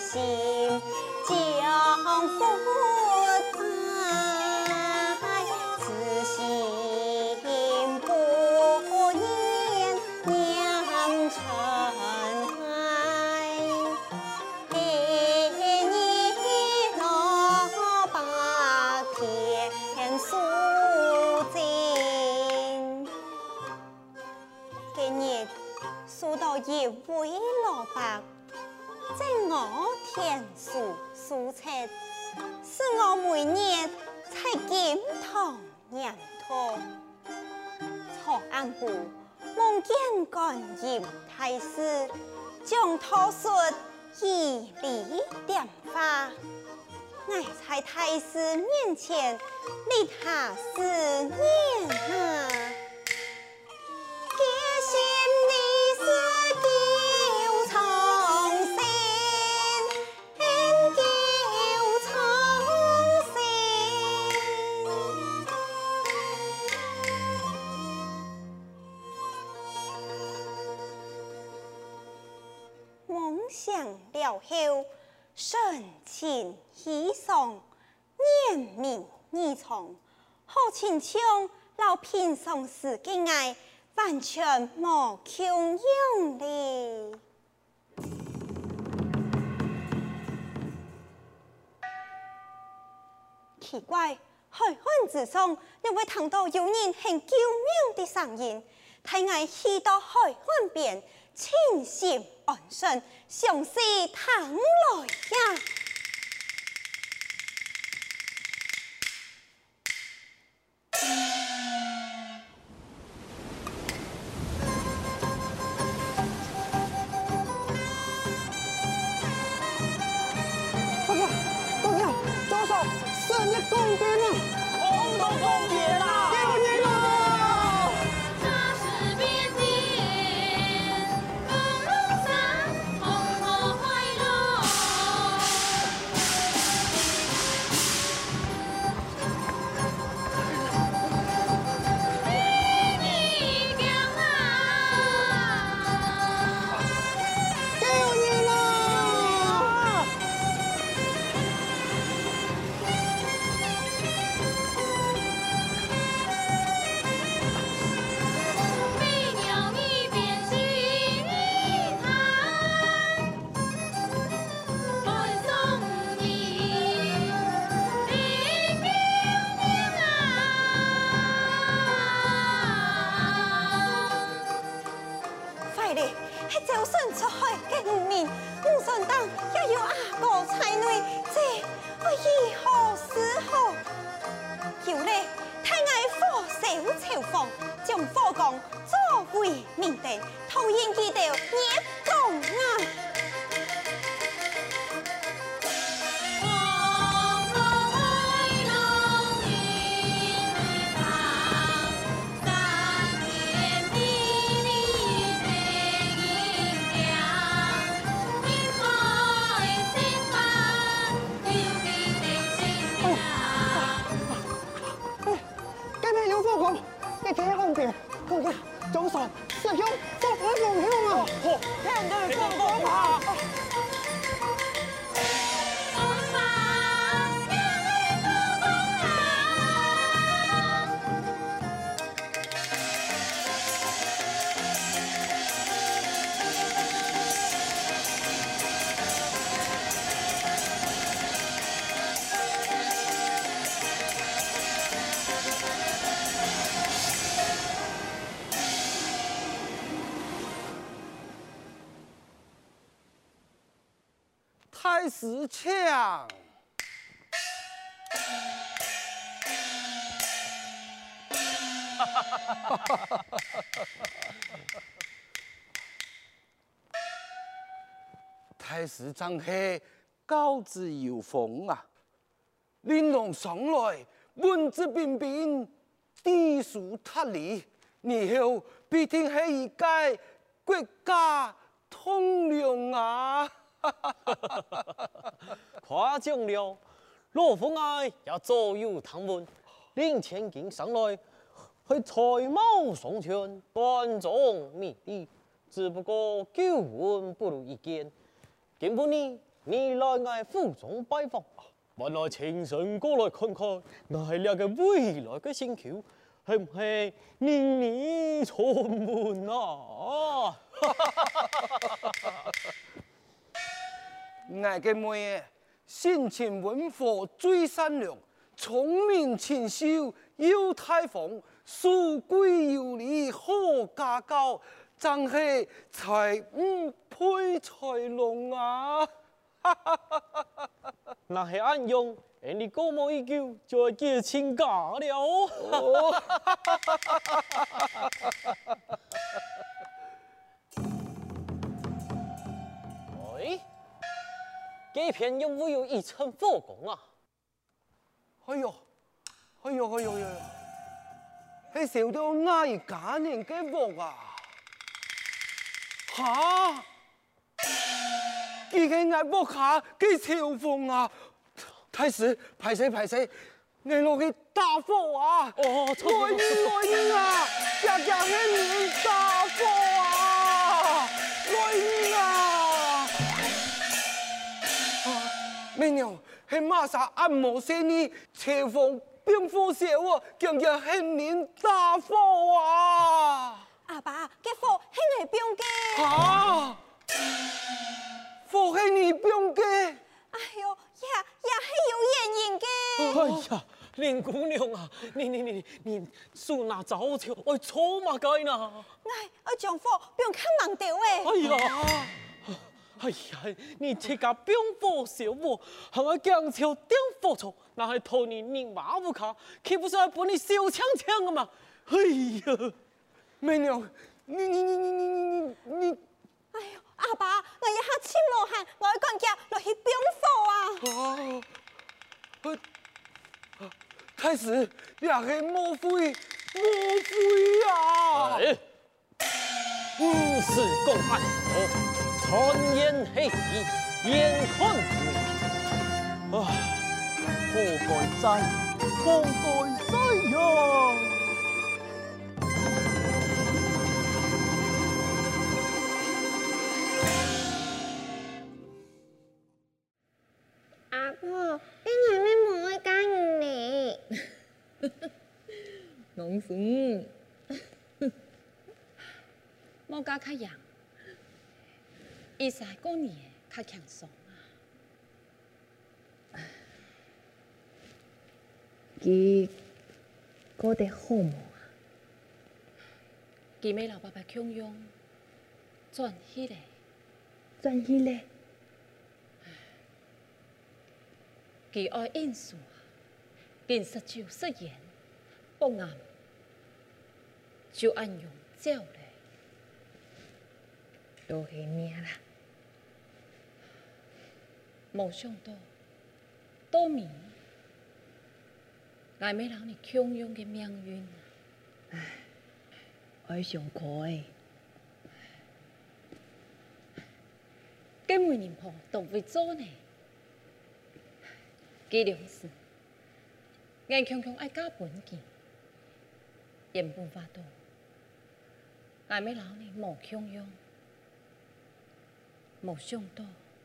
心将福带，此心不言酿成爱。给你老把天数尽，今日数到一位老伯。正我天数数尺，是我每年才见堂人头。错暗部梦见干叶太师，将他说一礼点化。我在太师面前立下誓言啊，结心立誓救长生。想了后，深情意上，念名意从，好亲像老平常时的爱，完全无穷用哩。奇怪，海岸之上，又会听到有人很巧妙的声音，太爱去到海岸边。清心安神，相思淌来呀！大哥，大哥，左手生日公别了，空都公别了，给我念了。将火光作为明灯，投影记到热光啊！你企喺後邊，佢嘅早晨石兄放喺夢鄉啊！聽到你講下。 太师强，太师张黑高姿有风啊！玲珑上来，文质彬彬，地书达理，以后必定是一届国家通良啊！ 夸奖了，罗凤爱要左右堂门，领千金上来，去才貌双全，端庄美丽。只不过久闻不如一见。今不呢， 你来我府中拜访，原来请神过来看看，我俩个未来嘅星球，系唔系令你充满啊？ 我嘅妹性情温和最善良，聪明清秀又大方，富贵有礼好家教，真係才唔配才龍啊！ 那系暗用，你過冇一句就係叫親家了。哎，這片有冇有一層火光啊？ 哎呦，哎呦，哎呦，哎呦，係燒到哪一家人嘅鑊啊？吓！佢嘅嗌鑊下嘅嘲諷啊！太師，排死，你落去打火啊！ 哦， 來人啊！日日係你打火啊！來人啊！咩娘？係馬上按摩些呢？廚房變火燒啊！今日係你打火啊！ 阿爸，嘅火係你變嘅。 嚇！火係你變嘅？ 哎呦，也係有原因嘅。 哎呀，林姑娘啊，你樹拿走條，我錯嘛計呐？ 我將火變較慢掉誒。 哎呀，你這個變火小我，係我強潮點火燭，那係托你馬不卡，豈不是係把你燒槍槍啊嘛？哎呀， 咩娘？你。 哎呦，阿爸，我一下千無閒，我要趕腳落去變火啊！ 太師，你係莫非啊！ 五是公案頭，傳言黑義，眼看未平。啊，何該哉呀！ 阿婆，邊係咩冇一間你？ 農夫，冇家較人，伊是過年較強壯啊。佢過得好無啊？佢咪老爸爸強用轉起來。佢愛藝術啊，見實就實言，不啱就按用照嚟，都係命啦。冇想到，多年，我咪讓你強用嘅命運啊！唉，我想佢，咁每年婆都會做呢。佢兩事，硬強強愛加本件，原本法度，我咪老你冇強用，冇想到，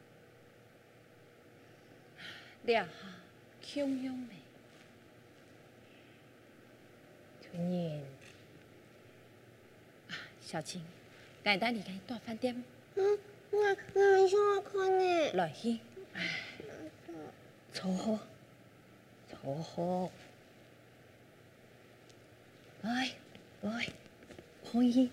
你下強用未？突然，小青，我帶你去大飯店。 我想看呢。 來去。坐好，來，可以。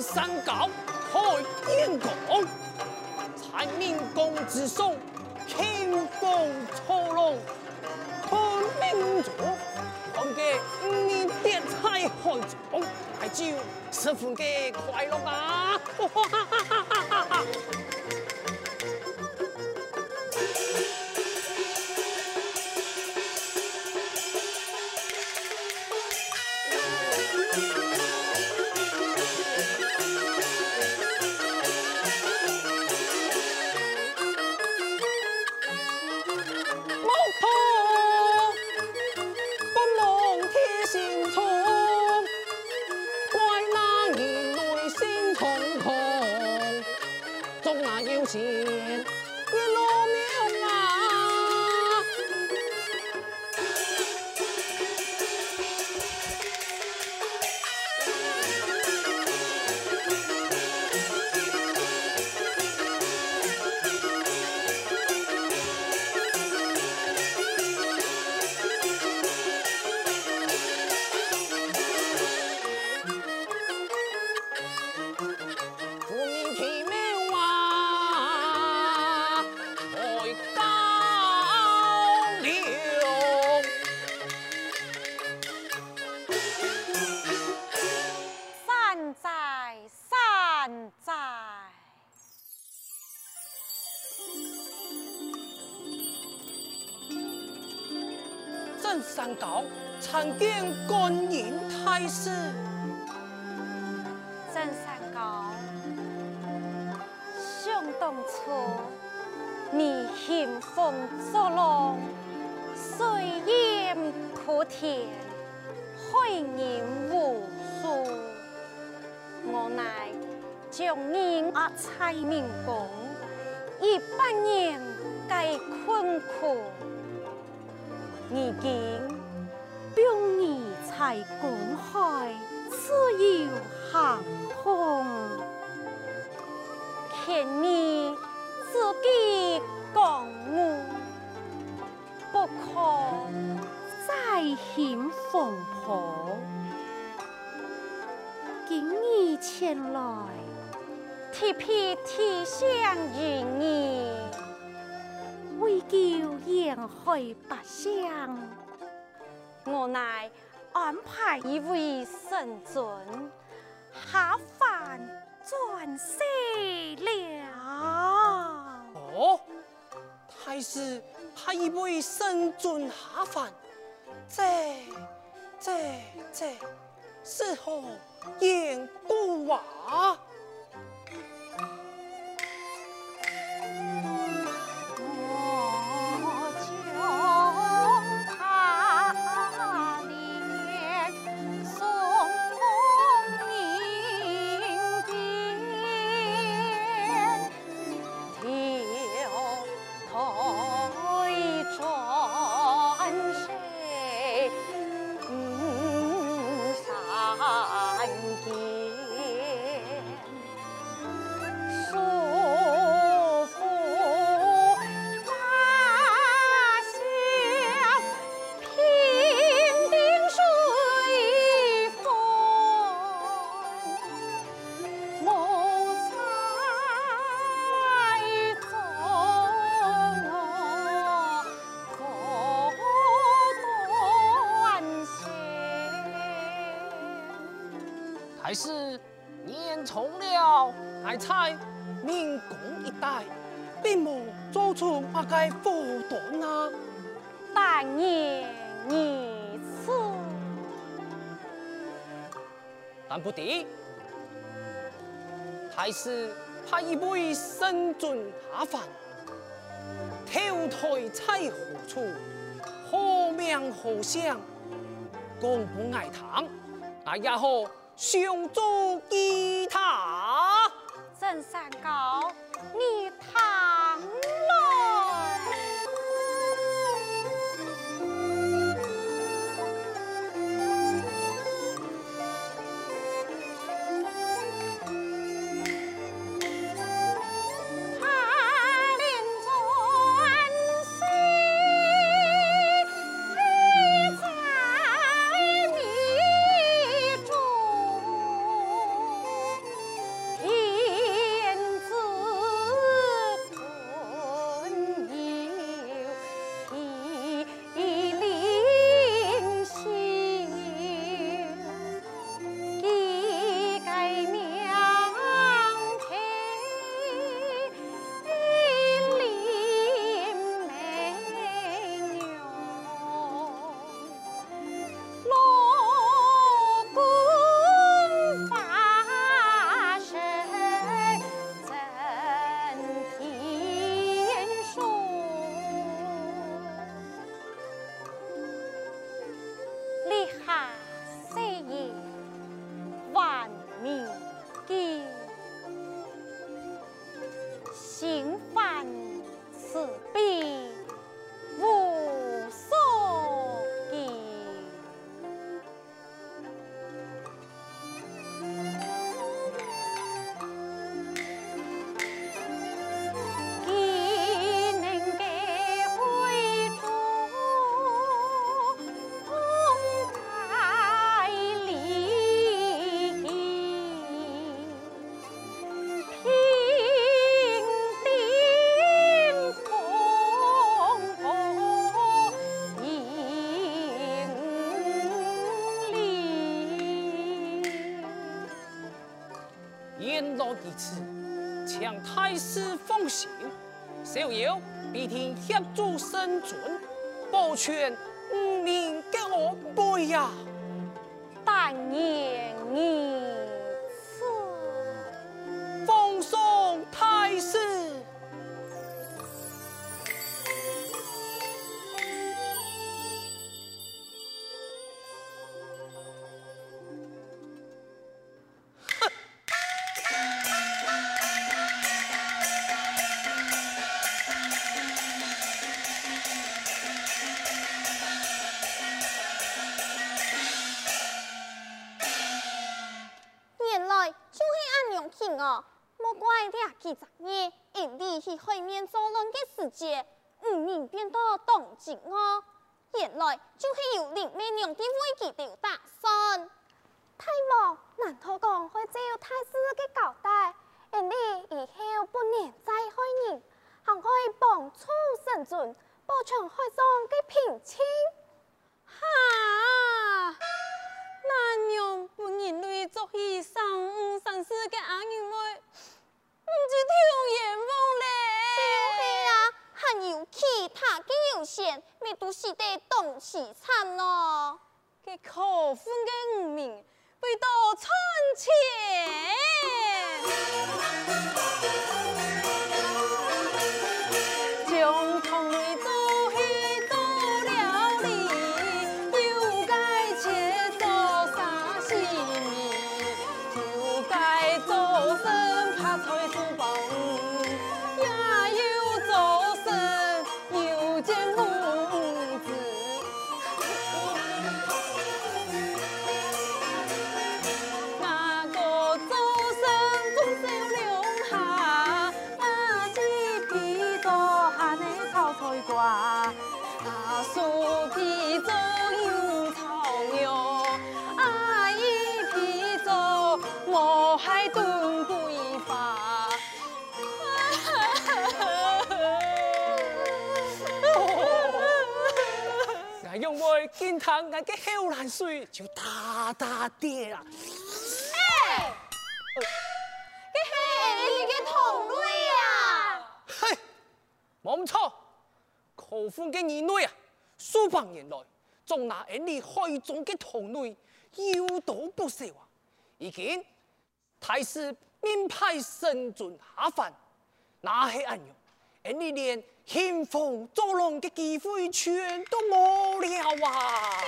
山高开眼光，才民公之手，轻风错龙，吞明珠，看给你点彩海中，还就十分嘅快乐啊！镇山高参见观音太师。 镇山高，想当初你兴风作浪，水淹土田，害人无数。我乃将你蔡明公100年该困苦。已经병你才公開，自由行通，劝你自己覺悟，不可再險風波。今日前來，提筆提倡於你。為救沿海百姓，我乃安排一位神尊下凡转世了。 哦，太师派一位神尊下凡，这是何缘故啊？还是年从了，还猜民工一代，并无做出那个祸端啊！ 但言如此， 但不敌，太师派一位神尊下凡，投胎在何处，何名何相，公不爱堂，那也好。相助于他， 镇山高，你堂来。 言落其次，请太师放心，小友必定协助生存，保全5名的我辈呀。 但言如此， 奉送太师。 原来就是安样去哦，莫怪俩几十年，因你去海面作乱的时节，5人变到动静哦。原来就是由林媚娘的危机刘大son。太王，难道讲会照太师的交代，因你以后不能再害人，还可以帮助生存，保全海上的平静？哈！那娘不人类作起3、5、3、4嘅阿娘妹，唔是跳眼梦咧。是啊，还有其他嘅有限，咪都是得动起惨咯。嘅可怜嘅5名被到村前，将同类做戏做了哩，又该切做啥事呢？又该做生拍菜煮饭，也有做生又见母子。那个做生总少两下，那几皮做下的炒菜瓜，那树皮做油炒肉，阿姨皮做我海炖桂花。 我用我见堂我嘅后兰水就大大啲啦。 这是你嘅同类啊！ 嘿，冇错，可欢嘅儿女啊，数百年来，仲拿你海中嘅同类有多不少啊！已经太师免派生存下凡，那系安样？你连兴风作浪嘅机会全都冇了啊！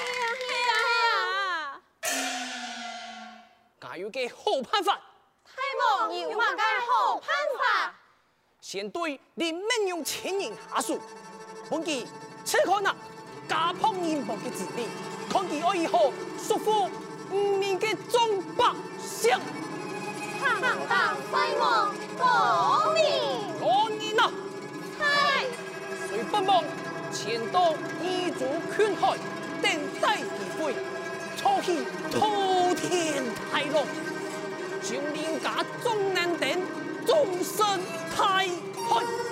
我有个好办法。 太王有乜嘅好办法？ 先对林媚娘亲人下属，本期此看啊，家破人亡嘅子弟，看其可以何束缚5名嘅忠百姓。 行当西望我命， 我言啊， 嗨！ 虽不忘前到异族圈海，定低而归，初期滔天大浪，将连家中难定，终身太虚。